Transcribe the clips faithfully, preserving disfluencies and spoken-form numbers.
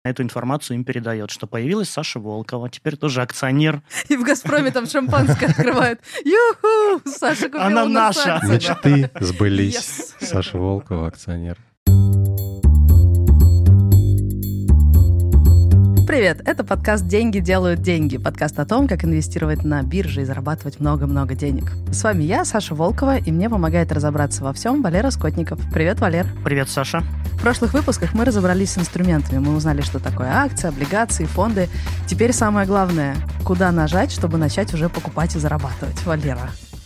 эту информацию им передает, что появилась Саша Волкова, теперь тоже акционер. И в «Газпроме» там шампанское открывают. Ю-ху! Саша купила Она у нас наша. акции. Мечты сбылись. Yes. Саша Волкова, акционер. Привет, это подкаст «Деньги делают деньги». Подкаст о том, как инвестировать на бирже и зарабатывать много-много денег. С вами я, Саша Волкова, и мне помогает разобраться во всем Валера Скотников. Привет, Валер. Привет, Саша. В прошлых выпусках мы разобрались с инструментами. Мы узнали, что такое акции, облигации, фонды. Теперь самое главное, куда нажать, чтобы начать уже покупать и зарабатывать. Валера.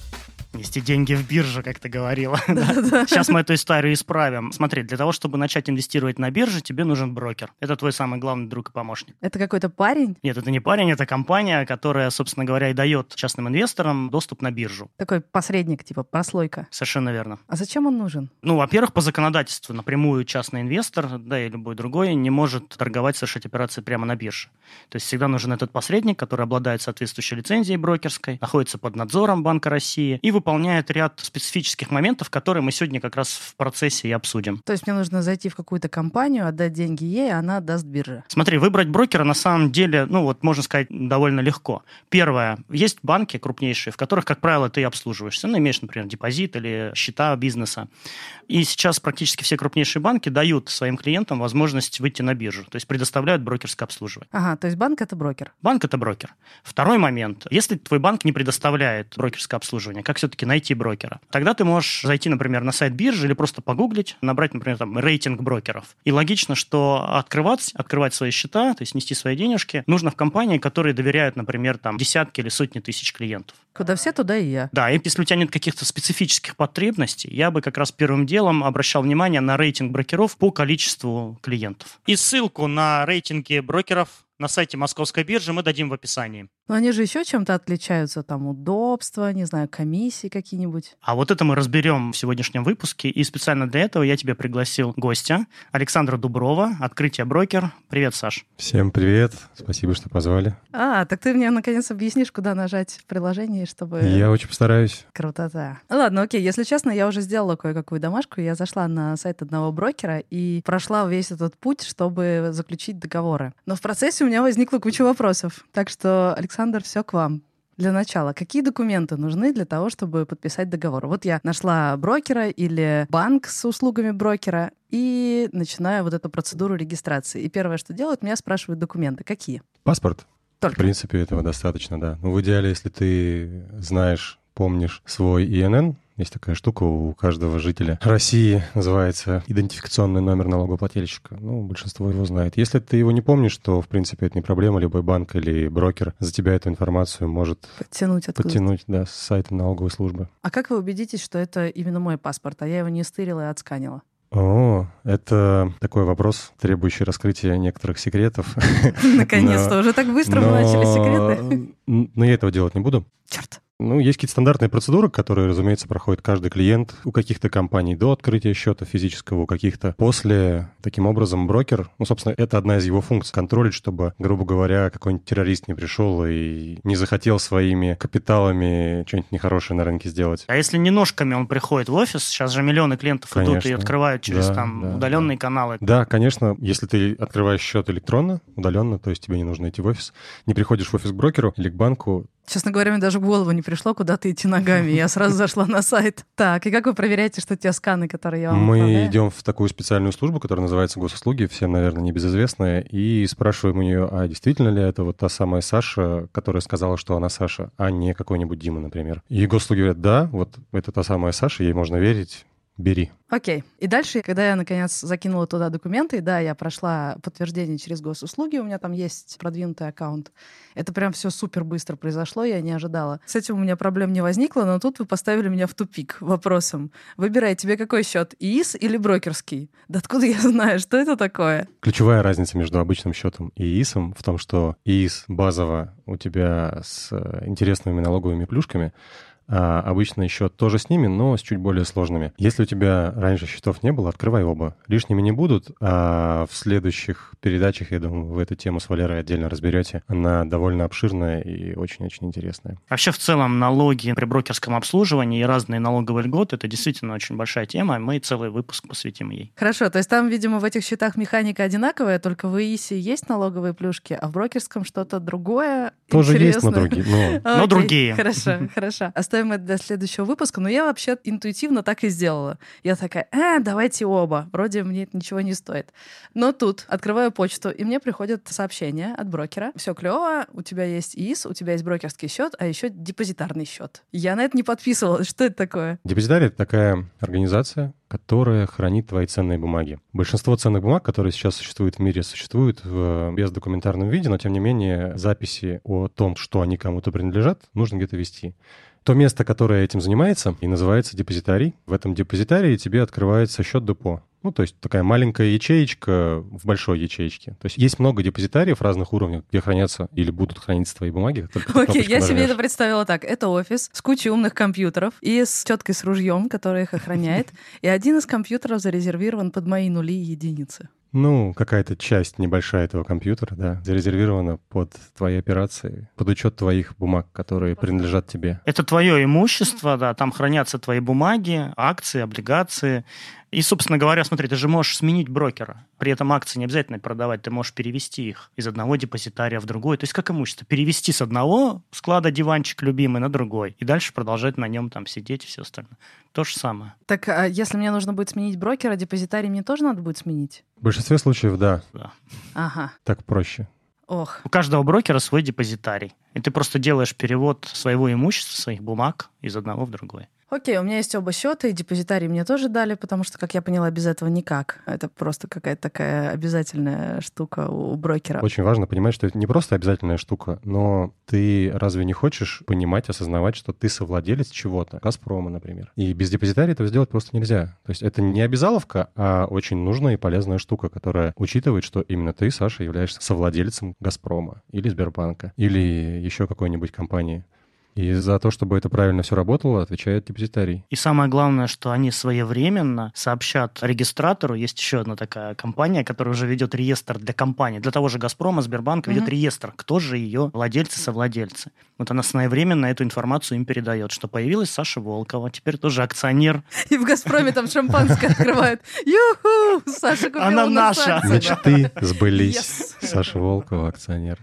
Нести деньги в биржу, как ты говорила. Сейчас мы эту историю исправим. Смотри, для того, чтобы начать инвестировать на бирже, тебе нужен брокер. Это твой самый главный друг и помощник. Это какой-то парень? Нет, это не парень, это компания, которая, собственно говоря, и дает частным инвесторам доступ на биржу. Такой посредник, типа прослойка. Совершенно верно. А зачем он нужен? Ну, во-первых, по законодательству напрямую частный инвестор, да и любой другой, не может торговать, совершать операции прямо на бирже. То есть всегда нужен этот посредник, который обладает соответствующей лицензией брокерской, находится под надзором Банка России и выполняет ряд специфических моментов, которые мы сегодня как раз в процессе и обсудим. То есть мне нужно зайти в какую-то компанию, отдать деньги ей, а она отдаст бирже. Смотри, выбрать брокера на самом деле, ну вот можно сказать, довольно легко. Первое, есть банки крупнейшие, в которых, как правило, ты обслуживаешься. Ну, имеешь, например, депозит или счета бизнеса. И сейчас практически все крупнейшие банки дают своим клиентам возможность выйти на биржу, то есть предоставляют брокерское обслуживание. Ага, то есть банк — это брокер. Банк – это брокер. Второй момент. Если твой банк не предоставляет брокерское обслуживание, как все-таки найти брокера? Тогда ты можешь зайти, например, на сайт биржи или просто погуглить, набрать, например, там, рейтинг брокеров. И логично, что открывать, открывать свои счета, то есть нести свои денежки, нужно в компании, которые доверяют, например, там, десятки или сотни тысяч клиентов. Куда все, туда и я. Да, и если у тебя нет каких-то специфических потребностей, я бы как раз первым делом обращал внимание на рейтинг брокеров по количеству клиентов. И ссылку на рейтинги брокеров на сайте Московской биржи мы дадим в описании. Но они же еще чем-то отличаются, там, удобства, не знаю, комиссии какие-нибудь. А вот это мы разберем в сегодняшнем выпуске, и специально для этого я тебе пригласил гостя, Александра Дуброва, Открытие Брокер. Привет, Саш. Всем привет, спасибо, что позвали. А, так ты мне наконец объяснишь, куда нажать в приложении, чтобы... Я очень постараюсь. Крутота. Ладно, окей, если честно, я уже сделала кое-какую домашку, я зашла на сайт одного брокера и прошла весь этот путь, чтобы заключить договоры. Но в процессе у меня возникла куча вопросов, так что, Александр, Александр, все к вам. Для начала, какие документы нужны для того, чтобы подписать договор? Вот я нашла брокера или банк с услугами брокера и начинаю вот эту процедуру регистрации. И первое, что делают, меня спрашивают документы. Какие? Паспорт. Только. В принципе, этого достаточно, да. Ну, в идеале, если ты знаешь, помнишь свой И Эн Эн, есть такая штука у каждого жителя России, называется идентификационный номер налогоплательщика. Ну, большинство его знает. Если ты его не помнишь, то, в принципе, это не проблема. Любой банк или брокер за тебя эту информацию может подтянуть, подтянуть да, с сайта налоговой службы. А как вы убедитесь, что это именно мой паспорт, а я его не стырила и отсканила? О, это такой вопрос, требующий раскрытия некоторых секретов. Наконец-то, уже так быстро мы начали секреты. Но я этого делать не буду. Черт. Ну, есть какие-то стандартные процедуры, которые, разумеется, проходит каждый клиент. У каких-то компаний до открытия счета физического, у каких-то после. Таким образом, брокер, ну, собственно, это одна из его функций, контролить, чтобы, грубо говоря, какой-нибудь террорист не пришел и не захотел своими капиталами что-нибудь нехорошее на рынке сделать. А если не ножками он приходит в офис, сейчас же миллионы клиентов Конечно. идут и открывают через Да, там да, удаленные да. каналы. Да, конечно, если ты открываешь счет электронно, удаленно, то есть тебе не нужно идти в офис, не приходишь в офис к брокеру или к банку. Честно говоря, мне даже в голову не пришло куда-то идти ногами. Я сразу зашла на сайт. Так, и как вы проверяете, что те сканы, которые я вам Мы отправляю? идем в такую специальную службу, которая называется Госуслуги, всем, наверное, небезызвестная, и спрашиваем у нее, а действительно ли это вот та самая Саша, которая сказала, что она Саша, а не какой-нибудь Дима, например. И Госуслуги говорят, да, вот это та самая Саша, ей можно верить. Бери. Окей. И дальше, когда я, наконец, закинула туда документы, да, я прошла подтверждение через госуслуги, у меня там есть продвинутый аккаунт. Это прям все супер быстро произошло, я не ожидала. С этим у меня проблем не возникло, но тут вы поставили меня в тупик вопросом. Выбирай, тебе какой счет, ИИС или брокерский? Да откуда я знаю, что это такое? Ключевая разница между обычным счетом и ИИСом в том, что ИИС базово у тебя с интересными налоговыми плюшками, а обычный счет тоже с ними, но с чуть более сложными. Если у тебя раньше счетов не было, открывай оба. Лишними не будут, а в следующих передачах, я думаю, вы эту тему с Валерой отдельно разберете. Она довольно обширная и очень-очень интересная. Вообще, в целом, налоги при брокерском обслуживании и разные налоговые льготы — это действительно очень большая тема, мы целый выпуск посвятим ей. Хорошо, то есть там, видимо, в этих счетах механика одинаковая, только в ИИСе есть налоговые плюшки, а в брокерском что-то другое. Тоже интересное. есть, но другие. Но, но другие. Хорошо, хорошо. Оставим это для следующего выпуска, но я вообще интуитивно так и сделала. Я такая, э, давайте оба, вроде мне это ничего не стоит. Но тут открываю почту, и мне приходит сообщение от брокера. Все клево, у тебя есть ИИС, у тебя есть брокерский счет, а еще депозитарный счет. Я на это не подписывалась. Что это такое? Депозитарий — это такая организация, которая хранит твои ценные бумаги. Большинство ценных бумаг, которые сейчас существуют в мире, существуют в бездокументарном виде, но, тем не менее, записи о том, что они кому-то принадлежат, нужно где-то вести. То место, которое этим занимается, и называется депозитарий. В этом депозитарии тебе открывается счет депо. Ну, то есть такая маленькая ячеечка в большой ячеечке. То есть есть много депозитариев разных уровней, где хранятся или будут храниться твои бумаги. Окей, okay, я себе это представила так. Это офис с кучей умных компьютеров и с теткой с ружьем, которая их охраняет. И один из компьютеров зарезервирован под мои нули и единицы. Ну, какая-то часть небольшая этого компьютера, да, зарезервирована под твои операции, под учет твоих бумаг, которые принадлежат тебе. Это твое имущество, да, там хранятся твои бумаги, акции, облигации. И, собственно говоря, смотри, ты же можешь сменить брокера. При этом акции не обязательно продавать, ты можешь перевести их из одного депозитария в другой. То есть как имущество. Перевести с одного склада диванчик любимый на другой. И дальше продолжать на нем там сидеть и все остальное. То же самое. Так, а если мне нужно будет сменить брокера, депозитарий мне тоже надо будет сменить? В большинстве случаев, да. Да. Ага. Так проще. Ох. У каждого брокера свой депозитарий. И ты просто делаешь перевод своего имущества, своих бумаг из одного в другой. Окей, у меня есть оба счета, и депозитарий мне тоже дали, потому что, как я поняла, без этого никак. Это просто какая-то такая обязательная штука у брокера. Очень важно понимать, что это не просто обязательная штука, но ты разве не хочешь понимать, осознавать, что ты совладелец чего-то? Газпрома, например. И без депозитария этого сделать просто нельзя. То есть это не обязаловка, а очень нужная и полезная штука, которая учитывает, что именно ты, Саша, являешься совладельцем Газпрома или Сбербанка или еще какой-нибудь компании. И за то, чтобы это правильно все работало, отвечает депозитарий. И самое главное, что они своевременно сообщат регистратору. Есть еще одна такая компания, которая уже ведет реестр для компаний. Для того же «Газпрома», Сбербанк ведет mm-hmm. реестр. Кто же ее владельцы, совладельцы. Вот она своевременно эту информацию им передает, что появилась Саша Волкова, теперь тоже акционер. И в «Газпроме» там шампанское открывают. Ю-ху! Саша купила она наша. Мечты сбылись. Саша Волкова, акционер.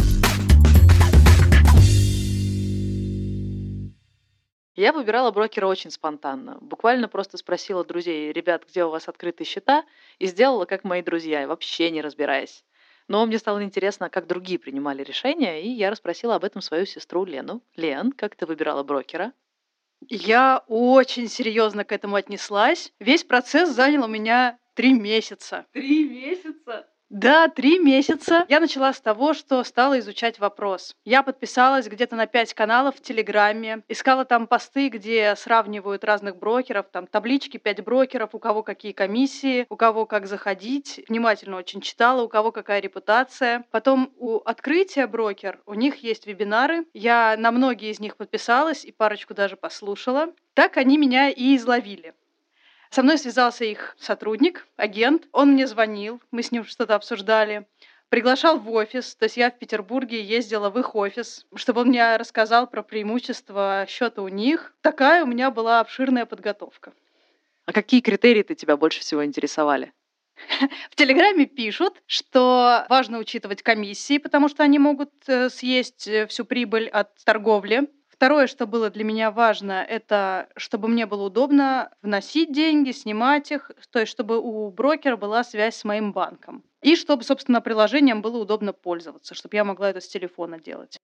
Я выбирала брокера очень спонтанно. Буквально просто спросила друзей: ребят, где у вас открытые счета? И сделала, как мои друзья, вообще не разбираясь. Но мне стало интересно, как другие принимали решения, и я расспросила об этом свою сестру Лену. Лен, как ты выбирала брокера? Я очень серьезно к этому отнеслась. Весь процесс занял у меня три месяца. Три месяца? Да, три месяца. Я начала с того, что стала изучать вопрос. Я подписалась где-то на пять каналов в Телеграме, искала там посты, где сравнивают разных брокеров, там таблички, пять брокеров, у кого какие комиссии, у кого как заходить. Внимательно очень читала, у кого какая репутация. Потом у открытия брокер, у них есть вебинары. Я на многие из них подписалась и парочку даже послушала. Так они меня и изловили. Со мной связался их сотрудник, агент. Он мне звонил, мы с ним что-то обсуждали. Приглашал в офис, то есть я в Петербурге ездила в их офис, чтобы он мне рассказал про преимущества счета у них. Такая у меня была обширная подготовка. А какие критерии тебя больше всего интересовали? В Телеграме пишут, что важно учитывать комиссии, потому что они могут съесть всю прибыль от торговли. Второе, что было для меня важно, это чтобы мне было удобно вносить деньги, снимать их, то есть чтобы у брокера была связь с моим банком. И чтобы, собственно, приложением было удобно пользоваться, чтобы я могла это с телефона делать.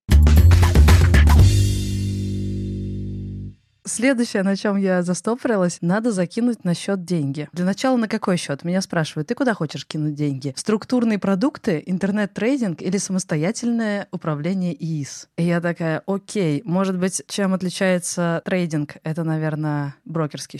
Следующее, на чем я застопорилась, надо закинуть на счет деньги. Для начала на какой счет? Меня спрашивают, ты куда хочешь кинуть деньги? Структурные продукты, интернет-трейдинг или самостоятельное управление ИИС? И я такая, окей, может быть, чем отличается трейдинг? Это, наверное, брокерский счет.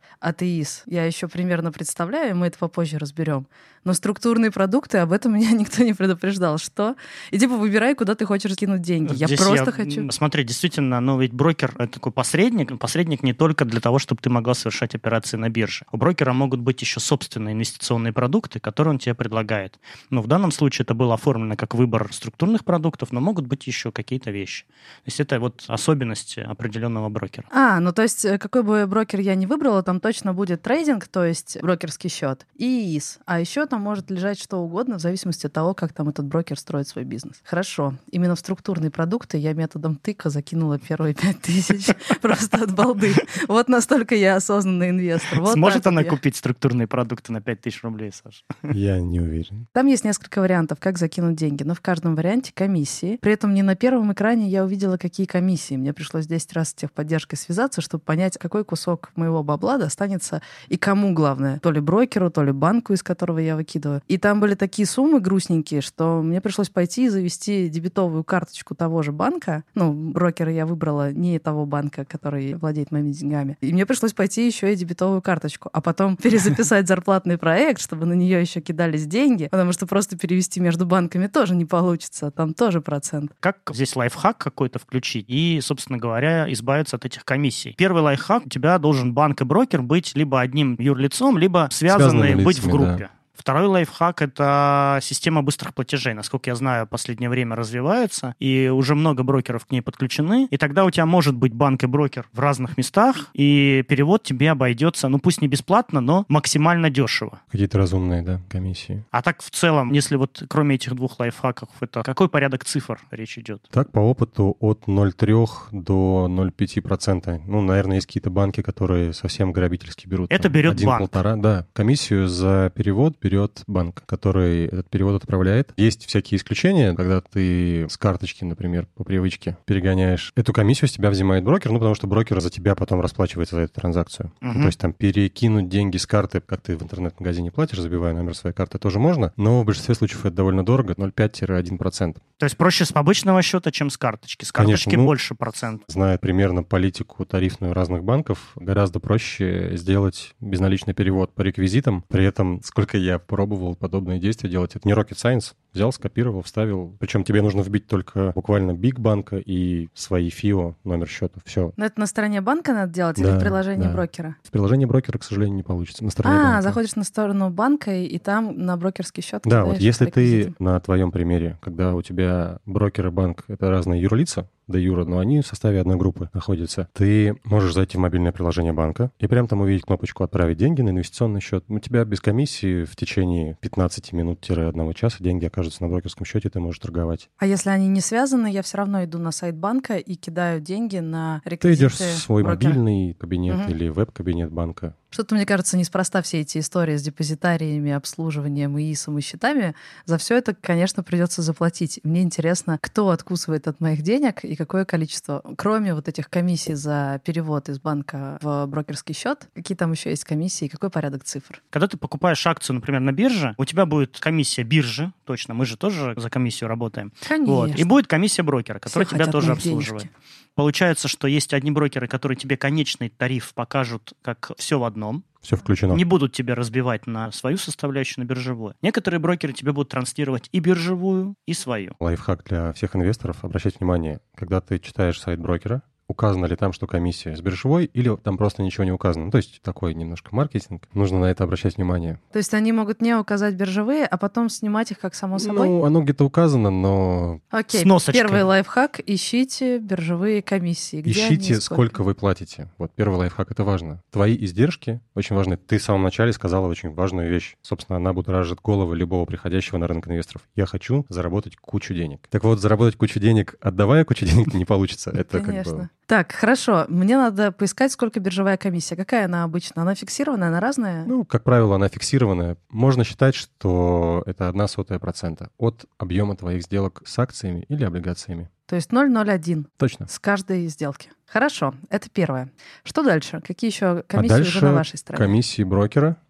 АТИС. Я еще примерно представляю, мы это попозже разберем. Но структурные продукты, об этом меня никто не предупреждал. Что? И типа выбирай, куда ты хочешь скинуть деньги. Я Здесь просто я, хочу... Смотри, действительно, но ведь брокер — это такой посредник. Посредник не только для того, чтобы ты могла совершать операции на бирже. У брокера могут быть еще собственные инвестиционные продукты, которые он тебе предлагает. Ну, в данном случае это было оформлено как выбор структурных продуктов, но могут быть еще какие-то вещи. То есть это вот особенности определенного брокера. А, ну то есть какой бы брокер я ни выбрала, там точно будет трейдинг, то есть брокерский счет, и ИИС. А еще там может лежать что угодно в зависимости от того, как там этот брокер строит свой бизнес. Хорошо. Именно в структурные продукты я методом тыка закинула первые пять тысяч просто от балды. Вот настолько я осознанный инвестор. Вот Сможет она я. купить структурные продукты на пять тысяч рублей, Саша? Я не уверен. Там есть несколько вариантов, как закинуть деньги, но в каждом варианте комиссии. При этом не на первом экране я увидела, какие комиссии. Мне пришлось десять раз с техподдержкой связаться, чтобы понять, какой кусок моего бабла достанется и кому главное. То ли брокеру, то ли банку, из которого я выкидываю. И там были такие суммы грустненькие, что мне пришлось пойти и завести дебетовую карточку того же банка. Ну, брокера я выбрала не того банка, который владеет моими деньгами. И мне пришлось пойти еще и дебетовую карточку, а потом перезаписать зарплатный проект, чтобы на нее еще кидались деньги, потому что просто перевести между банками тоже не получится, там тоже процент. Как здесь лайфхак какой-то включить и, собственно говоря, избавиться от этих комиссий? Первый лайфхак: у тебя должен банк и брокер быть либо одним юрлицом, либо связанные, Связанными быть лицами, в группе. да. Второй лайфхак — это система быстрых платежей. Насколько я знаю, в последнее время развивается, и уже много брокеров к ней подключены. И тогда у тебя может быть банк и брокер в разных местах, и перевод тебе обойдется, ну пусть не бесплатно, но максимально дешево. Какие-то разумные, да, комиссии. А так в целом, если вот кроме этих двух лайфхаков, это какой порядок цифр речь идет? Так, по опыту от ноль целых три до ноль целых пять десятых процента. Ну, наверное, есть какие-то банки, которые совсем грабительски берут. Это там, берет один, банк. полтора, да. Комиссию за перевод берет банк, который этот перевод отправляет. Есть всякие исключения, когда ты с карточки, например, по привычке перегоняешь. Эту комиссию с тебя взимает брокер, ну, потому что брокер за тебя потом расплачивается за эту транзакцию. Угу. Ну, то есть там перекинуть деньги с карты, как ты в интернет-магазине платишь, забивая номер своей карты, тоже можно, но в большинстве случаев это довольно дорого, ноль целых пять десятых - один процент. То есть проще с обычного счета, чем с карточки. С карточки Конечно, ну, больше процент. Зная примерно политику тарифную разных банков, гораздо проще сделать безналичный перевод по реквизитам. При этом, сколько я пробовал подобные действия делать, это не rocket science. Взял, скопировал, вставил. Причем тебе нужно вбить только буквально биг банка и свои ФИО, номер счета. Все. Но это на стороне банка надо делать Да, или в приложении да. брокера? В приложении брокера, к сожалению, не получится. На стороне А, банка. заходишь на сторону банка, и, и там на брокерский счет Да, кидаешь вот если ты реквизиты. на твоем примере, когда у тебя брокер и банк — это разные юрлица, да юра, но они в составе одной группы находятся, ты можешь зайти в мобильное приложение банка и прям там увидеть кнопочку «Отправить деньги на инвестиционный счет». У тебя без комиссии в течение пятнадцати минут-одного часа деньги окажутся на брокерском счете, и ты можешь торговать. А если они не связаны, я все равно иду на сайт банка и кидаю деньги на Ты реквизиты идешь в свой брокера. мобильный кабинет Мгм. или веб-кабинет банка. Что-то, мне кажется, неспроста все эти истории с депозитариями, обслуживанием, ИИСом и счетами. За все это, конечно, придется заплатить. Мне интересно, кто откусывает от моих денег и какое количество. Кроме вот этих комиссий за перевод из банка в брокерский счет, какие там еще есть комиссии, какой порядок цифр? Когда ты покупаешь акцию, например, на бирже, у тебя будет комиссия биржи, точно, мы же тоже за комиссию работаем. Конечно. Вот. И будет комиссия брокера, который Все тебя хотят тоже моих обслуживает. денежки. Получается, что есть одни брокеры, которые тебе конечный тариф покажут как все в одном. Все включено. Не будут тебя разбивать на свою составляющую, на биржевую. Некоторые брокеры тебе будут транслировать и биржевую, и свою. Лайфхак для всех инвесторов. Обращать внимание, когда ты читаешь сайт брокера, указано ли там, что комиссия с биржевой, или там просто ничего не указано. Ну, то есть такой немножко маркетинг. Нужно на это обращать внимание. То есть они могут не указать биржевые, а потом снимать их как само собой? Ну, оно где-то указано, но Окей, с носочкой. первый лайфхак — ищите биржевые комиссии. Где они и ищите, сколько вы платите. Вот первый лайфхак, это важно. Твои издержки очень важны. Ты в самом начале сказала очень важную вещь. Собственно, она будоражит головы любого приходящего на рынок инвесторов. Я хочу заработать кучу денег. Так вот, заработать кучу денег, отдавая кучу денег, не получится. Это как бы... Конечно. Так, хорошо. Мне надо поискать, сколько биржевая комиссия. Какая она обычно? Она фиксированная, она разная? Ну, как правило, она фиксированная. Можно считать, что это одна сотая процента от объема твоих сделок с акциями или облигациями. То есть ноль целых ноль один Точно. с каждой сделки. Хорошо, это первое. Что дальше? Какие еще А комиссии дальше уже на вашей стороне? комиссии брокера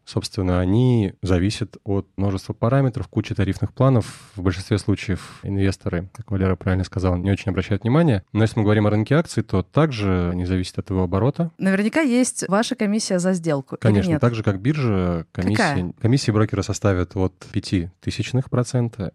собственно, они зависят от множества параметров, кучи тарифных планов. В большинстве случаев инвесторы, как Валера правильно сказал, не очень обращают внимания. Но если мы говорим о рынке акций, то также они зависят от его оборота. Наверняка есть ваша комиссия за сделку. Конечно, или нет? так же, как биржа, комиссия, комиссии брокера составят от пяти тысячных процента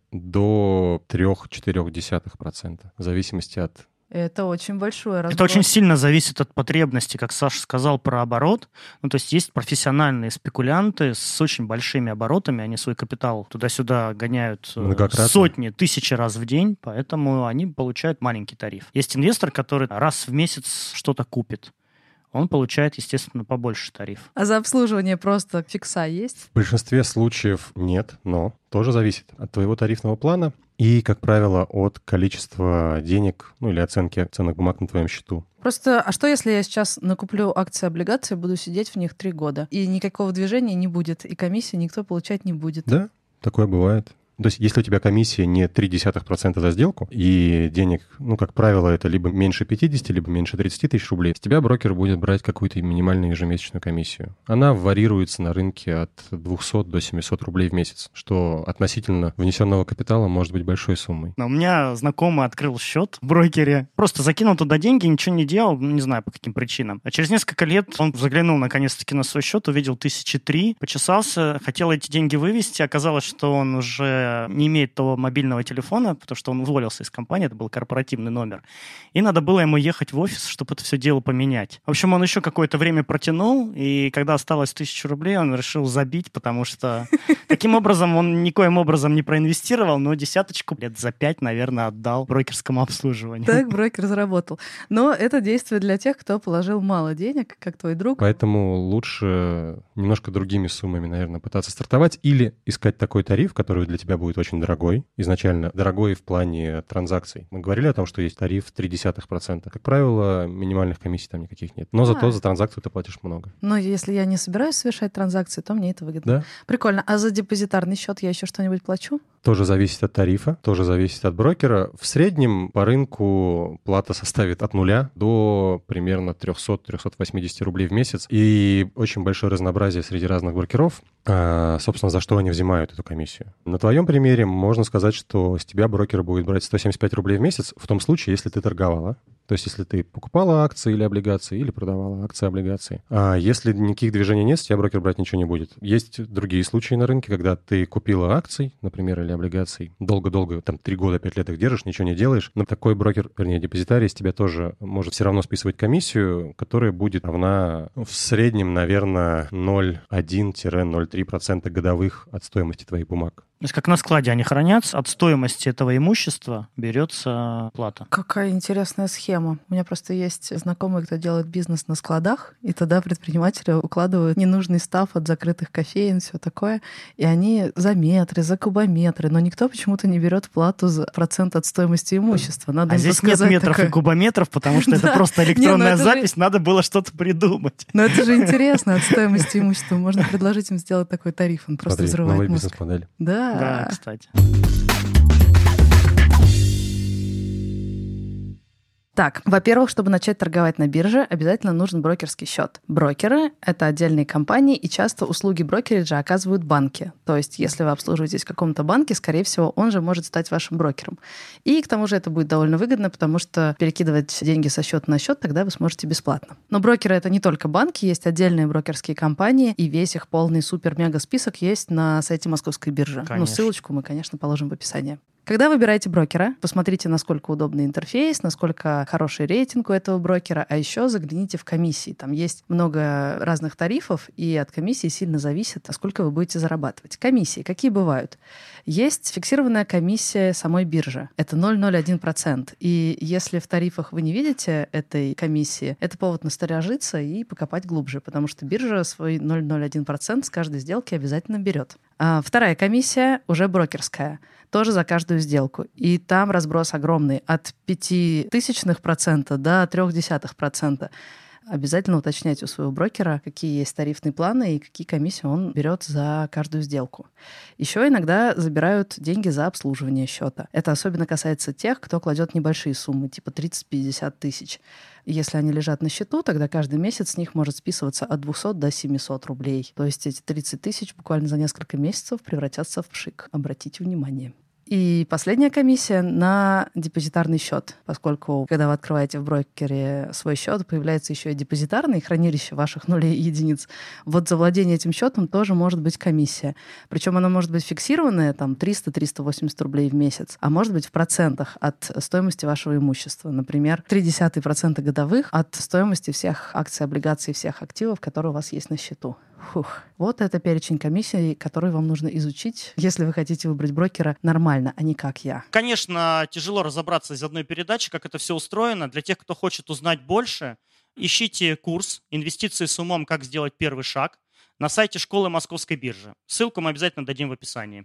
до трёх четырёх десятых процента, в зависимости от... Это очень большой разброс. Это очень сильно зависит от потребности, как Саша сказал про оборот. Ну, то есть есть профессиональные спекулянты с очень большими оборотами, они свой капитал туда-сюда гоняют многократно, сотни, тысячи раз в день, поэтому они получают маленький тариф. Есть инвестор, который раз в месяц что-то купит. Он получает, естественно, побольше тариф. А за обслуживание просто фикса есть? В большинстве случаев нет, но тоже зависит от твоего тарифного плана и, как правило, от количества денег, ну или оценки ценных бумаг на твоем счету. Просто, а что, если я сейчас накуплю акции, облигации, буду сидеть в них три года, и никакого движения не будет, и комиссии никто получать не будет? Да, такое бывает. То есть если у тебя комиссия не ноль целых три десятых процента за сделку, и денег, ну, как правило, это либо меньше пятидесяти, либо меньше тридцати тысяч рублей, с тебя брокер будет брать какую-то минимальную ежемесячную комиссию. Она варьируется на рынке от двухсот до семисот рублей в месяц, что относительно внесенного капитала может быть большой суммой. У меня знакомый открыл счет в брокере, просто закинул туда деньги, ничего не делал, ну, не знаю по каким причинам. А через несколько лет он заглянул наконец-таки на свой счет, увидел тысячи три, почесался, хотел эти деньги вывести, оказалось, что он уже не имеет того мобильного телефона, потому что он уволился из компании, это был корпоративный номер. И надо было ему ехать в офис, чтобы это все дело поменять. В общем, он еще какое-то время протянул, и когда осталось тысяча рублей, он решил забить, потому что таким образом он никоим образом не проинвестировал, но десяточку лет за пять, наверное, отдал брокерскому обслуживанию. Так брокер заработал. Но это действие для тех, кто положил мало денег, как твой друг. Поэтому лучше немножко другими суммами, наверное, пытаться стартовать или искать такой тариф, который для тебя будет очень дорогой, изначально дорогой в плане транзакций. Мы говорили о том, что есть тариф ноль целых три десятых процента. Как правило, минимальных комиссий там никаких нет. Но зато а. за транзакцию ты платишь много. Но если я не собираюсь совершать транзакции, то мне это выгодно. Да. Прикольно. А за депозитарный счет я еще что-нибудь плачу? Тоже зависит от тарифа, тоже зависит от брокера. В среднем по рынку плата составит от нуля до примерно триста - триста восемьдесят рублей в месяц. И очень большое разнообразие среди разных брокеров, собственно, за что они взимают эту комиссию. На твоем примере можно сказать, что с тебя брокер будет брать сто семьдесят пять рублей в месяц в том случае, если ты торговала. То есть если ты покупала акции или облигации, или продавала акции, облигации. А если никаких движений нет, с тебя брокер брать ничего не будет. Есть другие случаи на рынке, когда ты купила акций, например, или облигаций, долго-долго, там, три года, пять лет их держишь, ничего не делаешь, но такой брокер, вернее, депозитарий с тебя тоже может все равно списывать комиссию, которая будет равна в среднем, наверное, ноль целых один - ноль целых три процента годовых от стоимости твоих бумаг. То есть как на складе они хранятся, от стоимости этого имущества берется плата. Какая интересная схема. У меня просто есть знакомые, кто делает бизнес на складах, и тогда предприниматели укладывают ненужный став от закрытых кофеин, все такое, и они за метры, за кубометры, но никто почему-то не берет плату за процент от стоимости имущества. Надо а здесь нет метров такое... и кубометров, потому что это просто электронная запись, надо было что-то придумать. Но это же интересно, от стоимости имущества. Можно предложить им сделать такой тариф, он просто взрывает мозг. Бизнес-модель. Да. Да, кстати. Так, во-первых, чтобы начать торговать на бирже, обязательно нужен брокерский счет. Брокеры — это отдельные компании, и часто услуги брокериджа оказывают банки. То есть, если вы обслуживаетесь в каком-то банке, скорее всего, он же может стать вашим брокером. И к тому же это будет довольно выгодно, потому что перекидывать деньги со счета на счет тогда вы сможете бесплатно. Но брокеры — это не только банки, есть отдельные брокерские компании, и весь их полный супер-мега-список есть на сайте Московской биржи. Конечно. Ну, ссылочку мы, конечно, положим в описании. Когда выбираете брокера, посмотрите, насколько удобный интерфейс, насколько хороший рейтинг у этого брокера, а еще загляните в комиссии. Там есть много разных тарифов, и от комиссии сильно зависит, сколько вы будете зарабатывать. Комиссии какие бывают? Есть фиксированная комиссия самой биржи. Это ноль целых ноль один процента. И если в тарифах вы не видите этой комиссии, это повод насторожиться и покопать глубже, потому что биржа свой ноль целых ноль один процента с каждой сделки обязательно берет. А вторая комиссия уже брокерская. Тоже за каждую сделку. И там разброс огромный. От пяти тысячных процента до трех десятых процента. обязательно уточняйте у своего брокера, какие есть тарифные планы и какие комиссии он берет за каждую сделку. Еще иногда забирают деньги за обслуживание счета. Это особенно касается тех, кто кладет небольшие суммы, типа тридцать-пятьдесят тысяч. Если они лежат на счету, тогда каждый месяц с них может списываться от двухсот до семисот рублей. То есть эти тридцать тысяч буквально за несколько месяцев превратятся в пшик. Обратите внимание. И последняя комиссия на депозитарный счет, поскольку, когда вы открываете в брокере свой счет, появляется еще и депозитарный, хранилище ваших нулей и единиц. Вот за владение этим счетом тоже может быть комиссия. Причем она может быть фиксированная, там, триста - триста восемьдесят рублей в месяц, а может быть в процентах от стоимости вашего имущества. Например, ноль целых три десятых процента годовых от стоимости всех акций, облигаций, всех активов, которые у вас есть на счету. Фух. Вот это перечень комиссий, который вам нужно изучить, если вы хотите выбрать брокера нормально, а не как я. Конечно, тяжело разобраться из одной передачи, как это все устроено. Для тех, кто хочет узнать больше, ищите курс «Инвестиции с умом. Как сделать первый шаг» на сайте школы Московской биржи. Ссылку мы обязательно дадим в описании.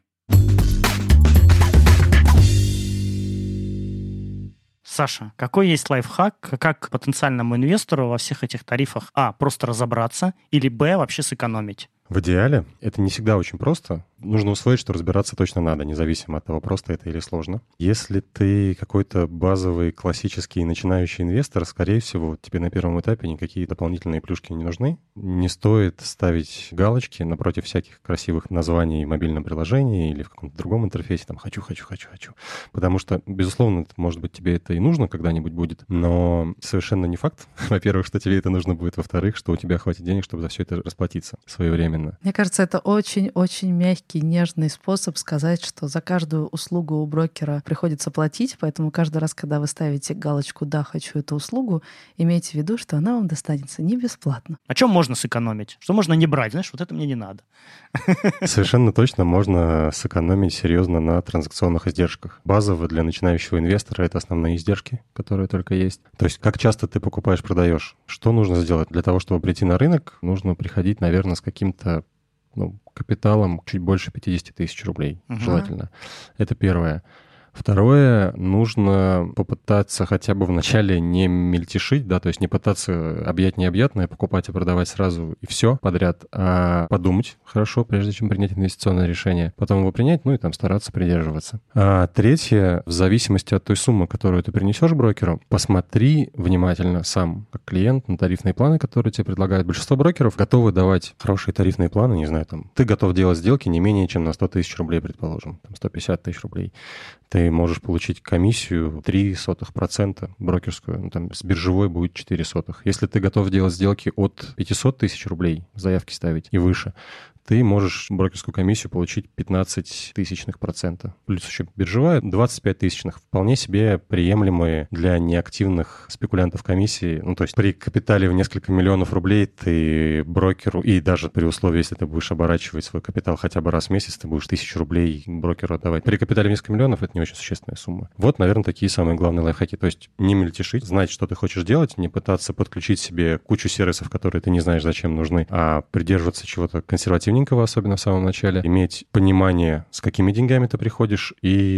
Саша, какой есть лайфхак, как потенциальному инвестору во всех этих тарифах а. просто разобраться или б. вообще сэкономить? В идеале это не всегда очень просто. Нужно усвоить, что разбираться точно надо, независимо от того, просто это или сложно. Если ты какой-то базовый, классический начинающий инвестор, скорее всего, тебе на первом этапе никакие дополнительные плюшки не нужны. Не стоит ставить галочки напротив всяких красивых названий в мобильном приложении или в каком-то другом интерфейсе, там «хочу, хочу, хочу, хочу». Потому что, безусловно, может быть, тебе это и нужно когда-нибудь будет, но совершенно не факт, во-первых, что тебе это нужно будет, во-вторых, что у тебя хватит денег, чтобы за все это расплатиться своевременно. Мне кажется, это очень-очень мягкий, нежный способ сказать, что за каждую услугу у брокера приходится платить, поэтому каждый раз, когда вы ставите галочку «Да, хочу эту услугу», имейте в виду, что она вам достанется не бесплатно. О чем можно сэкономить? Что можно не брать? Знаешь, вот это мне не надо. Совершенно точно можно сэкономить серьезно на транзакционных издержках. Базово для начинающего инвестора это основные издержки, которые только есть. То есть как часто ты покупаешь, продаешь? Что нужно сделать? Для того, чтобы прийти на рынок, нужно приходить, наверное, с каким-то ну, капиталом чуть больше пятьдесят тысяч рублей, uh-huh. желательно. Это первое. Второе, нужно попытаться хотя бы вначале не мельтешить, да, то есть не пытаться объять необъятное, покупать и продавать сразу и все подряд, а подумать хорошо, прежде чем принять инвестиционное решение, потом его принять, ну и там стараться придерживаться. А третье, в зависимости от той суммы, которую ты принесешь брокеру, посмотри внимательно сам, как клиент, на тарифные планы, которые тебе предлагают. Большинство брокеров готовы давать хорошие тарифные планы, не знаю, там, ты готов делать сделки не менее чем на сто тысяч рублей, предположим, там, сто пятьдесят тысяч рублей. Ты можешь получить комиссию три сотых процента брокерскую, ну, там с биржевой будет четыре сотых. Если ты готов делать сделки от пятьсот тысяч рублей, заявки ставить и выше, ты можешь брокерскую комиссию получить пятнадцать тысячных процента. Плюс еще биржевая двадцать пять тысячных. Вполне себе приемлемые для неактивных спекулянтов комиссии. Ну, то есть при капитале в несколько миллионов рублей ты брокеру, и даже при условии, если ты будешь оборачивать свой капитал хотя бы раз в месяц, ты будешь тысячу рублей брокеру отдавать. При капитале в несколько миллионов это не очень существенная сумма. Вот, наверное, такие самые главные лайфхаки. То есть не мельтешить, знать, что ты хочешь делать, не пытаться подключить себе кучу сервисов, которые ты не знаешь, зачем нужны, а придерживаться чего-то консервативного, особенно в самом начале, иметь понимание, с какими деньгами ты приходишь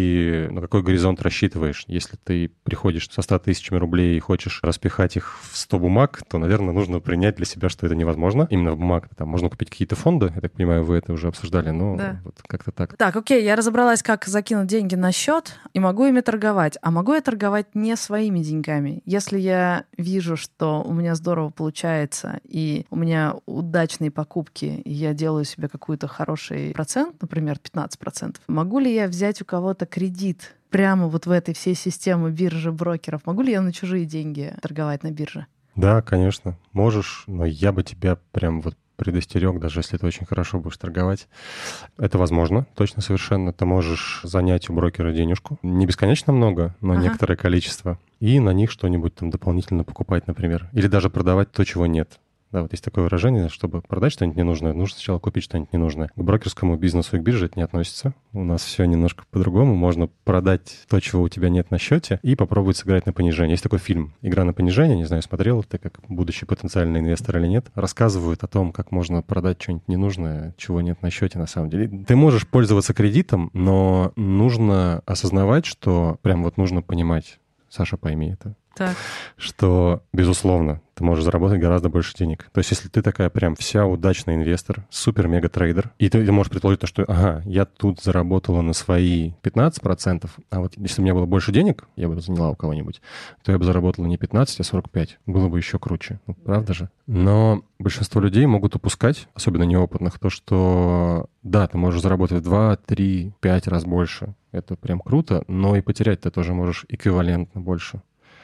и на какой горизонт рассчитываешь. Если ты приходишь со ста тысячами рублей и хочешь распихать их в сто бумаг, то, наверное, нужно принять для себя, что это невозможно. Именно в бумаг. Там можно купить какие-то фонды, я так понимаю, вы это уже обсуждали, но да. вот как-то так. Так, окей, я разобралась, как закинуть деньги на счет, и могу ими торговать. А могу я торговать не своими деньгами? Если я вижу, что у меня здорово получается, и у меня удачные покупки, и я делаю себе какой-то хороший процент, например, пятнадцать процентов, могу ли я взять у кого-то кредит прямо вот в этой всей системе биржи брокеров? Могу ли я на чужие деньги торговать на бирже? Да, конечно, можешь, но я бы тебя прям вот предостерег, даже если ты очень хорошо будешь торговать. Это возможно, точно совершенно. Ты можешь занять у брокера денежку. Не бесконечно много, но ага. некоторое количество. И на них что-нибудь там дополнительно покупать, например. Или даже продавать то, чего нет. Да, вот есть такое выражение, чтобы продать что-нибудь ненужное, нужно сначала купить что-нибудь ненужное. К брокерскому бизнесу и к бирже это не относится. У нас все немножко по-другому. Можно продать то, чего у тебя нет на счете, и попробовать сыграть на понижение. Есть такой фильм «Игра на понижение», не знаю, смотрел ты как будущий потенциальный инвестор или нет. Рассказывают о том, как можно продать что-нибудь ненужное, чего нет на счете на самом деле. Ты можешь пользоваться кредитом, но нужно осознавать, что прям вот нужно понимать, Саша, пойми это. Так. что, безусловно, ты можешь заработать гораздо больше денег. То есть если ты такая прям вся удачный инвестор, супер-мега-трейдер, и ты, ты можешь предположить то, что, ага, я тут заработала на свои пятнадцать процентов, а вот если у меня было больше денег, я бы заняла у кого-нибудь, то я бы заработала не пятнадцать, а сорок пять. Было бы еще круче. Ну, правда же? Но большинство людей могут упускать, особенно неопытных, то, что да, ты можешь заработать в два, три, пять раз больше. Это прям круто, но и потерять ты тоже можешь эквивалентно больше.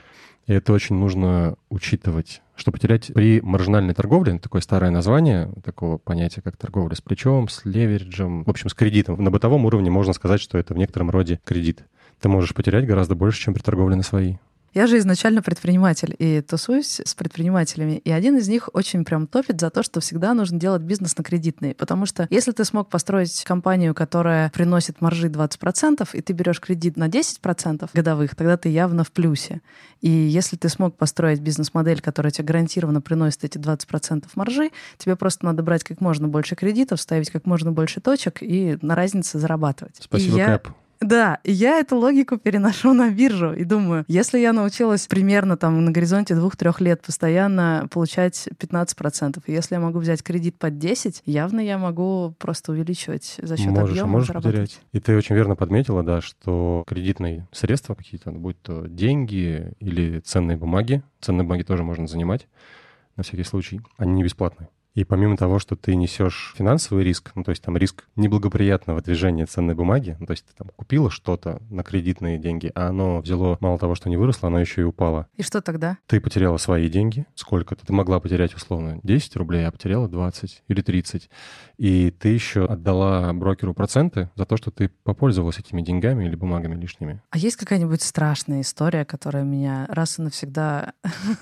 И это очень нужно учитывать. Что потерять при маржинальной торговле, такое старое название такого понятия, как торговля с плечом, с левериджем, в общем, с кредитом. На бытовом уровне можно сказать, что это в некотором роде кредит. Ты можешь потерять гораздо больше, чем при торговле на свои. Я же изначально предприниматель и тусуюсь с предпринимателями, и один из них очень прям топит за то, что всегда нужно делать бизнес на кредитный, потому что если ты смог построить компанию, которая приносит маржи двадцать процентов, и ты берешь кредит на десять процентов годовых, тогда ты явно в плюсе. И если ты смог построить бизнес-модель, которая тебе гарантированно приносит эти двадцать процентов маржи, тебе просто надо брать как можно больше кредитов, ставить как можно больше точек и на разнице зарабатывать. Спасибо, и я... Кэп. Да, и я эту логику переношу на биржу и думаю, если я научилась примерно там на горизонте двух-трех лет постоянно получать пятнадцать процентов, и если я могу взять кредит под десять, явно я могу просто увеличивать за счет можешь, объема. можешь зарабатывать. потерять. И ты очень верно подметила, да, что кредитные средства какие-то, будь то деньги или ценные бумаги, ценные бумаги тоже можно занимать на всякий случай, они не бесплатные. И помимо того, что ты несешь финансовый риск, ну, то есть там риск неблагоприятного движения ценной бумаги, ну, то есть ты там купила что-то на кредитные деньги, а оно взяло мало того, что не выросло, оно еще и упало. И что тогда? Ты потеряла свои деньги. Сколько-то? Ты могла потерять, условно, десять рублей, а потеряла двадцать или тридцать. И ты еще отдала брокеру проценты за то, что ты попользовалась этими деньгами или бумагами лишними. А есть какая-нибудь страшная история, которая меня раз и навсегда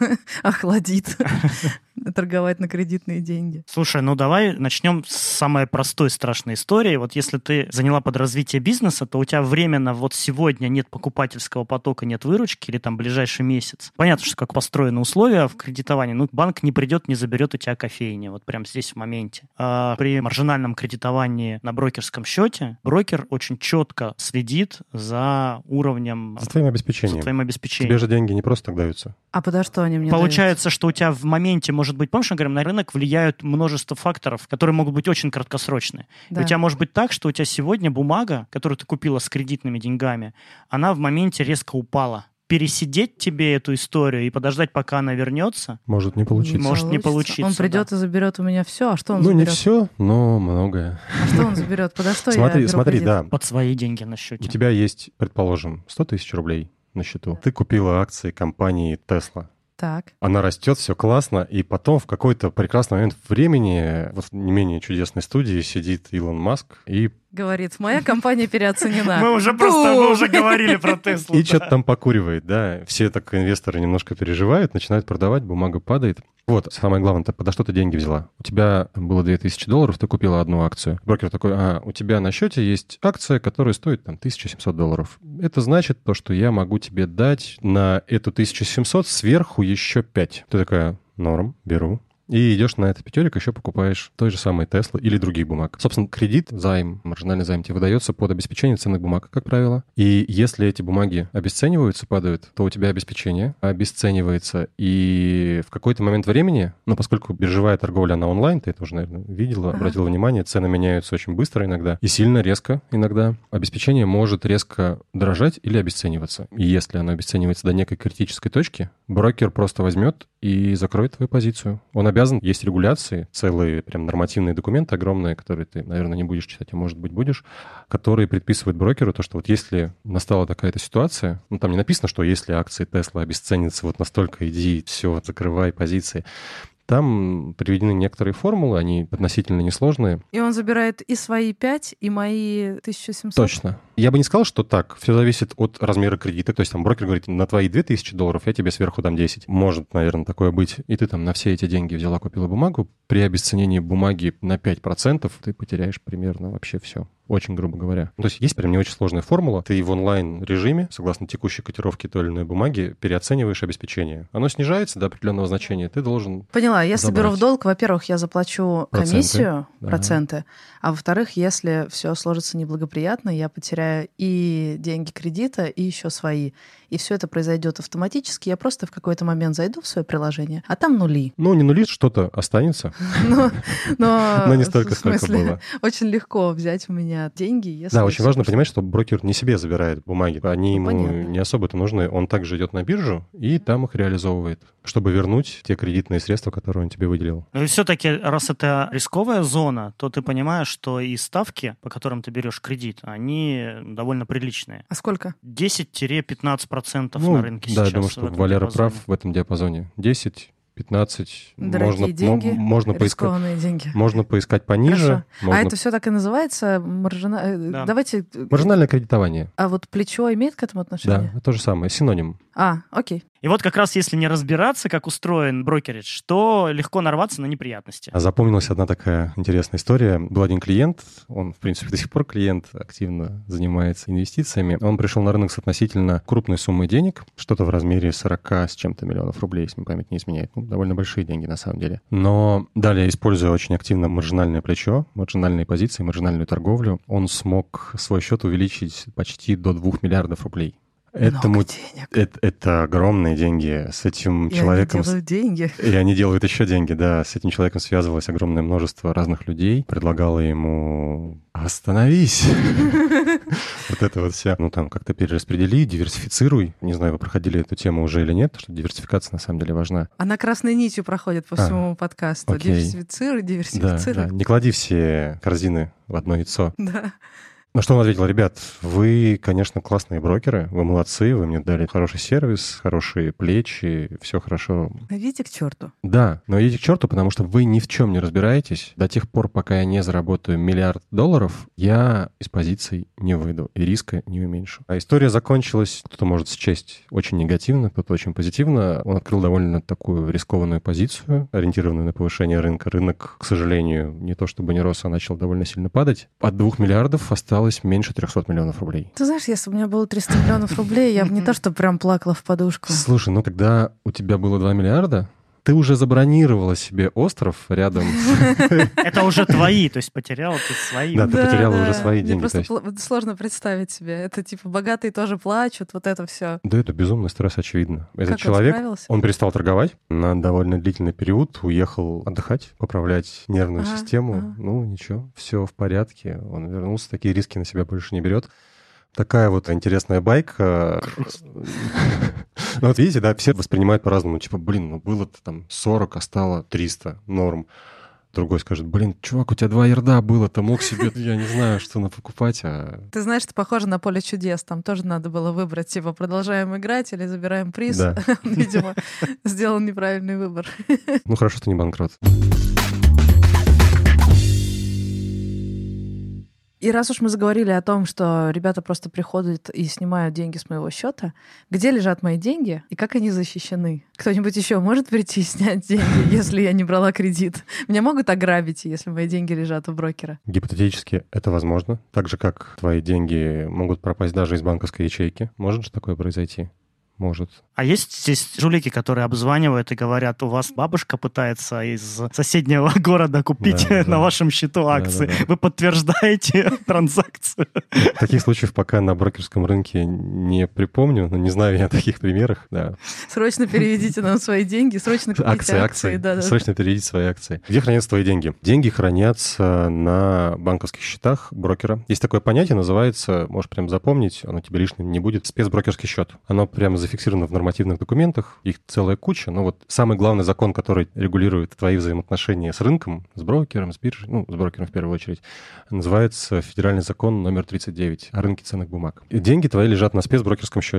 охладит торговать на кредитные деньги? Слушай, ну давай начнем с самой простой страшной истории. Вот если ты заняла под развитие бизнеса, то у тебя временно вот сегодня нет покупательского потока, нет выручки или там ближайший месяц. Понятно, что как построены условия в кредитовании, ну банк не придет, не заберет у тебя кофейни, вот прямо здесь в моменте. А при маржинальном кредитовании на брокерском счете брокер очень четко следит за уровнем... За твоим обеспечением. За твоим обеспечением. Тебе же деньги не просто так даются. А подо что они мне Получается, дают? что у тебя в моменте, может быть, помнишь, мы говорим, на рынок влияют множество факторов, которые могут быть очень краткосрочные. Да. И у тебя может быть так, что у тебя сегодня бумага, которую ты купила с кредитными деньгами, она в моменте резко упала. Пересидеть тебе эту историю и подождать, пока она вернется, Может не получиться. Не может не получиться, Он придет да. и заберет у меня все. А что он Ну, заберет? не все, но многое. А что он заберет? Подо что Смотри, я беру смотри, кредит? да. под свои деньги на счете. У тебя есть, предположим, сто тысяч рублей на счету. Ты купила акции компании Tesla. Так. Она растет, все классно, и потом в какой-то прекрасный момент времени вот в не менее чудесной студии сидит Илон Маск и Говорит, моя компания переоценена. Мы уже просто мы уже говорили про Теслу. И что-то там покуривает, да. Все так инвесторы немножко переживают, начинают продавать, бумага падает. Вот, самое главное, ты подо что ты деньги взяла? У тебя там было две тысячи долларов, ты купила одну акцию. Брокер такой, а, у тебя на счете есть акция, которая стоит там тысяча семьсот долларов. Это значит то, что я могу тебе дать на эту тысячу семьсот сверху еще пять. Ты такая, норм, беру. И идешь на этот пятерик, еще покупаешь той же самой Теслы или других бумаг. Собственно, кредит, займ, маржинальный займ тебе выдается под обеспечение ценных бумаг, как правило. И если эти бумаги обесцениваются, падают, то у тебя обеспечение обесценивается. И в какой-то момент времени, ну, поскольку биржевая торговля, она онлайн, ты это уже, наверное, видела, обратила внимание, цены меняются очень быстро иногда и сильно резко иногда. Обеспечение может резко дорожать или обесцениваться. И если оно обесценивается до некой критической точки, брокер просто возьмет и закроет твою позицию. Он обязан, есть регуляции, целые прям нормативные документы огромные, которые ты, наверное, не будешь читать, а может быть будешь, которые предписывают брокеру то, что вот если настала такая-то ситуация, ну там не написано, что если акции Tesla обесценятся вот настолько, иди, все, закрывай позиции. Там приведены некоторые формулы, они относительно несложные. И он забирает и свои пять, и мои тысяча семьсот? Точно. Я бы не сказал, что так. Все зависит от размера кредита. То есть там брокер говорит, на твои две тысячи долларов я тебе сверху дам десять. Может, наверное, такое быть. И ты там на все эти деньги взяла, купила бумагу. При обесценении бумаги на пять процентов ты потеряешь примерно вообще все. Очень грубо говоря. То есть есть прям не очень сложная формула. Ты в онлайн-режиме, согласно текущей котировке той или иной бумаги, переоцениваешь обеспечение. Оно снижается до определенного значения, ты должен Поняла. Если забрать. беру в долг, во-первых, я заплачу Проценты, комиссию, да. проценты, а во-вторых, если все сложится неблагоприятно, я потеряю и деньги кредита, и еще свои. И все это произойдет автоматически. Я просто в какой-то момент зайду в свое приложение, а там нули. Ну, не нули, что-то останется. Но не столько, сколько было. Очень легко взять у меня деньги, если... Да, очень важно понимать, что брокер не себе забирает бумаги. Они Ну, ему понятно. не особо-то нужны. Он также идет на биржу и там их реализовывает, чтобы вернуть те кредитные средства, которые он тебе выделил. Но и все-таки, раз это рисковая зона, то ты понимаешь, что и ставки, по которым ты берешь кредит, они довольно приличные. А сколько? десять-пятнадцать процентов Ну, на рынке да, сейчас. я думаю, что в этом Валера диапазоне. прав в этом диапазоне. десять, пятнадцать. Дорогие можно, деньги, мо- можно, поискать, рискованные деньги. можно поискать пониже. Хорошо. Можно... А это все так и называется? Маржина... э, Да. Давайте... Маржинальное кредитование. А вот плечо имеет к этому Да, отношение? то же самое, синоним. А, окей. И вот как раз если не разбираться, как устроен брокеридж, то легко нарваться на неприятности. А запомнилась одна такая интересная история. Был один клиент, он, в принципе, до сих пор клиент, активно занимается инвестициями. Он пришел на рынок с относительно крупной суммой денег, что-то в размере сорок с чем-то миллионов рублей, если мне память не изменяет. Ну, довольно большие деньги на самом деле. Но далее, используя очень активно маржинальное плечо, маржинальные позиции, маржинальную торговлю, он смог свой счет увеличить почти до двух миллиардов рублей. Этому... Много денег. Это, это огромные деньги. С этим И человеком... они делают деньги. И они делают еще деньги, да. С этим человеком связывалось огромное множество разных людей. Предлагало ему «Остановись!» Вот это вот все. Ну, там, как-то перераспредели, диверсифицируй. Не знаю, вы проходили эту тему уже или нет, что диверсификация на самом деле важна. Она красной нитью проходит по А, всему подкасту. окей. Диверсифицируй, Да, диверсифицируй. да. Не клади все корзины в одно яйцо. Да. На что он ответил: ребят, вы, конечно, классные брокеры, вы молодцы, вы мне дали хороший сервис, хорошие плечи, все хорошо. Идите к черту. Да, но идите к черту, потому что вы ни в чем не разбираетесь. До тех пор, пока я не заработаю миллиард долларов, я из позиций не выйду и риска не уменьшу. А история закончилась, кто-то может счесть очень негативно, кто-то очень позитивно. Он открыл довольно такую рискованную позицию, ориентированную на повышение рынка. Рынок, к сожалению, не то чтобы не рос, а начал довольно сильно падать. От двух миллиардов осталось меньше трехсот миллионов рублей. Ты знаешь, если бы у меня было триста миллионов рублей, я бы не то, что прям плакала в подушку. Слушай, ну когда у тебя было два миллиарда, ты уже забронировала себе остров рядом. Это уже твои, то есть потеряла ты свои. Да, ты потеряла уже свои Мне деньги. просто то есть- пл- сложно представить себе. Это типа богатые тоже плачут, вот это все. Да, это безумный стресс, очевидно. Этот Как он человек, справился? он перестал торговать на довольно длительный период, уехал отдыхать, поправлять нервную Ага, систему. ага. Ну, ничего, все в порядке. Он вернулся, такие риски на себя больше не берет. Такая вот интересная байка. Ну вот видите, да, все воспринимают по-разному. Типа, блин, ну было-то там сорок, а стало триста, норм. Другой скажет: блин, чувак, у тебя два ярда было, ты мог себе, я не знаю, что на покупать, а... Ты знаешь, это похоже на поле чудес. Там тоже надо было выбрать, типа, продолжаем играть или забираем приз. Да. Он, видимо, сделал неправильный выбор. Ну хорошо, что не банкрот. И раз уж мы заговорили о том, что ребята просто приходят и снимают деньги с моего счета, где лежат мои деньги и как они защищены? Кто-нибудь еще может прийти и снять деньги, если я не брала кредит? Меня могут ограбить, если мои деньги лежат у брокера. Гипотетически это возможно. Так же, как твои деньги могут пропасть даже из банковской ячейки. Может же такое произойти? Может. А есть здесь жулики, которые обзванивают и говорят: у вас бабушка пытается из соседнего города купить Да, на да. вашем счету Да, акции. да, да. Вы подтверждаете транзакцию? Таких случаев пока на брокерском рынке не припомню, но не знаю я о таких примерах. Да. Срочно переведите нам свои деньги, срочно купите Акции, акции. акции. Да, да, Срочно переведите свои акции. Где хранятся твои деньги? Деньги хранятся на банковских счетах брокера. Есть такое понятие, называется, можешь прям запомнить, оно тебе лишним не будет, спецброкерский счет. Оно прямо зафиксировано в нормативных документах, их целая куча. Но вот самый главный закон, который регулирует твои взаимоотношения с рынком, с брокером, с биржей, ну, с брокером в первую очередь, называется федеральный закон номер тридцать девять о рынке ценных бумаг. И деньги твои лежат на спецброкерском счете.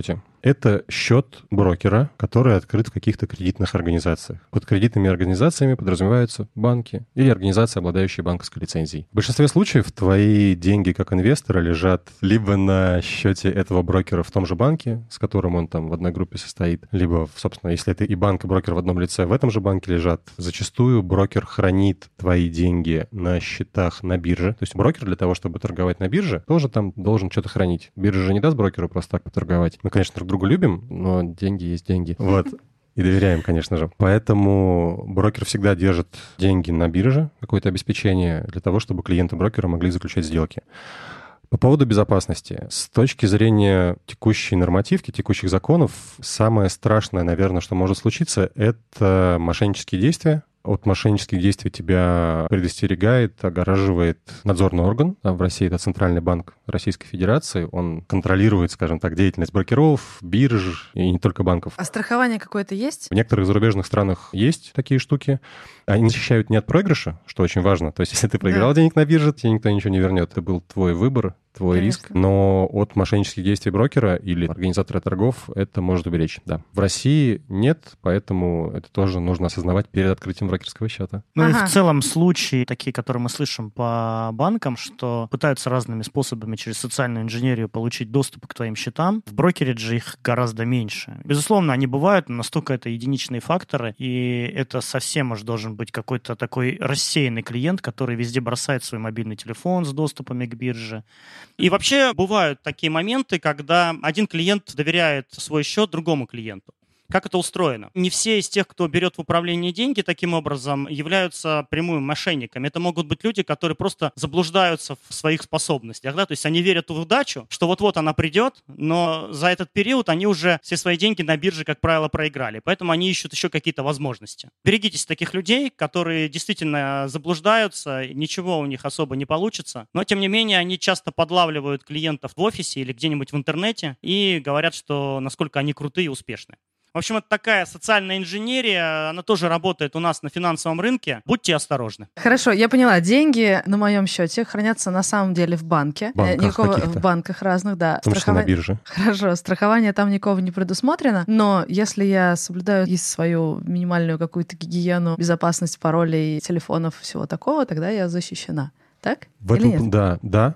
Это счет брокера, который открыт в каких-то кредитных организациях. Под кредитными организациями подразумеваются банки или организации, обладающие банковской лицензией. В большинстве случаев твои деньги как инвестора лежат либо на счете этого брокера в том же банке, с которым он там в одной группе состоит, либо, собственно, если это и банк, и брокер в одном лице, в этом же банке лежат. Зачастую брокер хранит твои деньги на счетах на бирже. То есть брокер для того, чтобы торговать на бирже, тоже там должен что-то хранить. Биржа же не даст брокеру просто так поторговать. Мы, конечно, друг друга любим, но деньги есть деньги. Вот. И доверяем, конечно же. Поэтому брокер всегда держит деньги на бирже, какое-то обеспечение для того, чтобы клиенты брокера могли заключать сделки. По поводу безопасности. С точки зрения текущей нормативки, текущих законов, самое страшное, наверное, что может случиться, это мошеннические действия. От мошеннических действий тебя предостерегает, огораживает надзорный орган. В России это Центральный банк Российской Федерации. Он контролирует, скажем так, деятельность брокеров, бирж и не только банков. А страхование какое-то есть? В некоторых зарубежных странах есть такие штуки. Они защищают не от проигрыша, что очень важно. То есть если ты проиграл да. денег на бирже, тебе никто ничего не вернет. Это был твой выбор, твой Конечно. риск. Но от мошеннических действий брокера или организатора торгов это может уберечь. Да. В России нет, поэтому это тоже нужно осознавать перед открытием брокерского счета. Ну ага. и в целом случаи, такие, которые мы слышим по банкам, что пытаются разными способами через социальную инженерию получить доступ к твоим счетам. В брокеридже их гораздо меньше. Безусловно, они бывают, но настолько это единичные факторы, и это совсем уж должен быть какой-то такой рассеянный клиент, который везде бросает свой мобильный телефон с доступами к бирже. И вообще бывают такие моменты, когда один клиент доверяет свой счет другому клиенту. Как это устроено? Не все из тех, кто берет в управление деньги таким образом, являются прямыми мошенниками. Это могут быть люди, которые просто заблуждаются в своих способностях. Да? То есть они верят в удачу, что вот-вот она придет, но за этот период они уже все свои деньги на бирже, как правило, проиграли. Поэтому они ищут еще какие-то возможности. Берегитесь таких людей, которые действительно заблуждаются, ничего у них особо не получится. Но, тем не менее, они часто подлавливают клиентов в офисе или где-нибудь в интернете и говорят, что насколько они крутые и успешные. В общем, это такая социальная инженерия, она тоже работает у нас на финансовом рынке. Будьте осторожны. Хорошо, я поняла. Деньги на моем счете хранятся на самом деле в банке. Банках никакого, каких-то. В банках разных, да. В том числе на бирже. Хорошо, страхование там никого не предусмотрено, но если я соблюдаю и свою минимальную какую-то гигиену, безопасность паролей, телефонов, всего такого, тогда я защищена. Так? В Или этом, нет? да, да.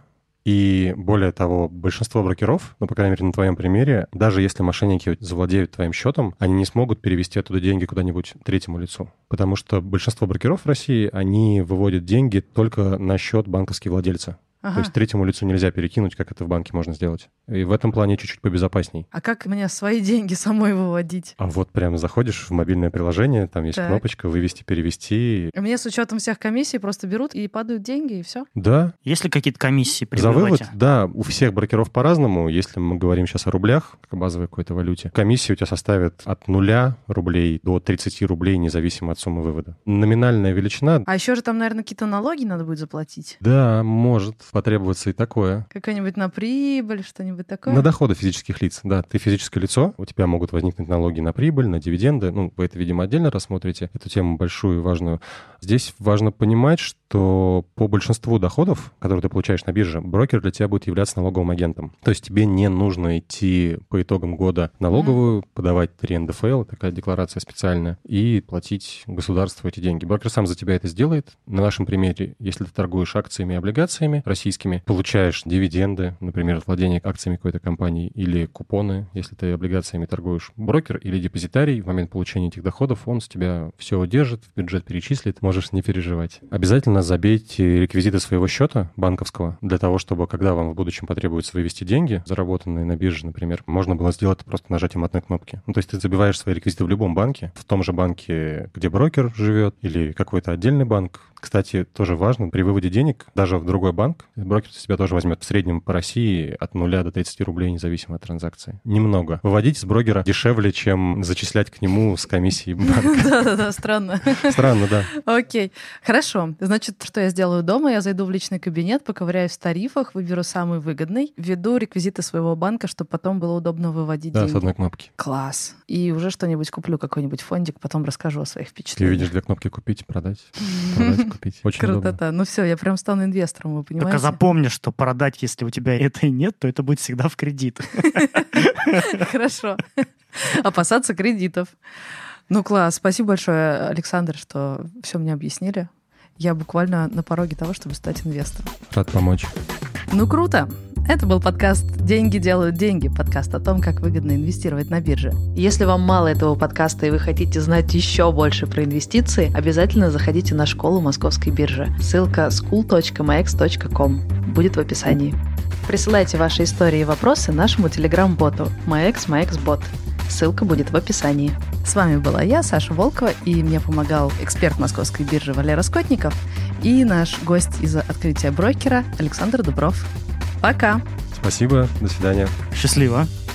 И более того, большинство брокеров, ну, по крайней мере, на твоем примере, даже если мошенники завладеют твоим счетом, они не смогут перевести оттуда деньги куда-нибудь третьему лицу. Потому что большинство брокеров в России, они выводят деньги только на счет банковских владельца. Ага. То есть третьему лицу нельзя перекинуть, как это в банке можно сделать. И в этом плане чуть-чуть побезопасней. А как мне свои деньги самой выводить? А вот прямо заходишь в мобильное приложение, там есть Так. кнопочка «Вывести, перевести». Мне с учетом всех комиссий просто берут и падают деньги, и все. Да. Есть ли какие-то комиссии при За выводе? вывод, да, у всех брокеров по-разному. Если мы говорим сейчас о рублях, как о базовой какой-то валюте, комиссия у тебя составит от нуля рублей до тридцати рублей, независимо от суммы вывода. Номинальная величина... А еще же там, наверное, какие-то налоги надо будет заплатить. Да, может потребоваться и такое. Какой-нибудь на прибыль, что-нибудь такое? На доходы физических лиц, да. Ты физическое лицо, у тебя могут возникнуть налоги на прибыль, на дивиденды. Ну, вы это, видимо, отдельно рассмотрите, эту тему большую и важную. Здесь важно понимать, что по большинству доходов, которые ты получаешь на бирже, брокер для тебя будет являться налоговым агентом. То есть тебе не нужно идти по итогам года в налоговую, mm-hmm. подавать три эн дэ эф эл, такая декларация специальная, и платить государству эти деньги. Брокер сам за тебя это сделает. На нашем примере, если ты торгуешь акциями и облигациями российскими, получаешь дивиденды, например, от владения акциями какой-то компании, или купоны, если ты облигациями торгуешь. Брокер или депозитарий в момент получения этих доходов, он с тебя все удержит, в бюджет перечислит, можешь не переживать. Обязательно забейте реквизиты своего счета банковского для того, чтобы, когда вам в будущем потребуется вывести деньги, заработанные на бирже, например, можно было сделать это просто нажатием одной кнопки. Ну, то есть ты забиваешь свои реквизиты в любом банке, в том же банке, где брокер живет, или какой-то отдельный банк. Кстати, тоже важно, при выводе денег даже в другой банк, брокер себя тоже возьмет в среднем по России от нуля до тридцати рублей, независимо от транзакции. Немного. Выводить с брокера дешевле, чем зачислять к нему с комиссией банка. Да-да-да, странно. Странно, да. Окей, хорошо. Значит, Значит, что я сделаю дома? Я зайду в личный кабинет, поковыряюсь в тарифах, выберу самый выгодный, введу реквизиты своего банка, чтобы потом было удобно выводить Да, деньги. с одной кнопки. Класс. И уже что-нибудь куплю, какой-нибудь фондик, потом расскажу о своих Ты впечатлениях. видишь две кнопки «Купить», «Продать», «Продать», «Купить». Очень удобно. Красота. Ну все, я прям стану инвестором, вы понимаете? Только запомни, что продать, если у тебя это и нет, то это будет всегда в кредит. Хорошо. Опасаться кредитов. Ну класс. Спасибо большое, Александр, что все мне объяснили. Я буквально на пороге того, чтобы стать инвестором. Рад помочь. Ну круто! Это был подкаст «Деньги делают деньги», подкаст о том, как выгодно инвестировать на бирже. Если вам мало этого подкаста и вы хотите знать еще больше про инвестиции, обязательно заходите на школу Московской биржи. Ссылка school точка max точка com будет в описании. Присылайте ваши истории и вопросы нашему телеграм-боту max max bot. Ссылка будет в описании. С вами была я, Саша Волкова, и мне помогал эксперт Московской биржи Валера Скотников и наш гость из открытия брокера Александр Дубров. Пока! Спасибо, до свидания. Счастливо.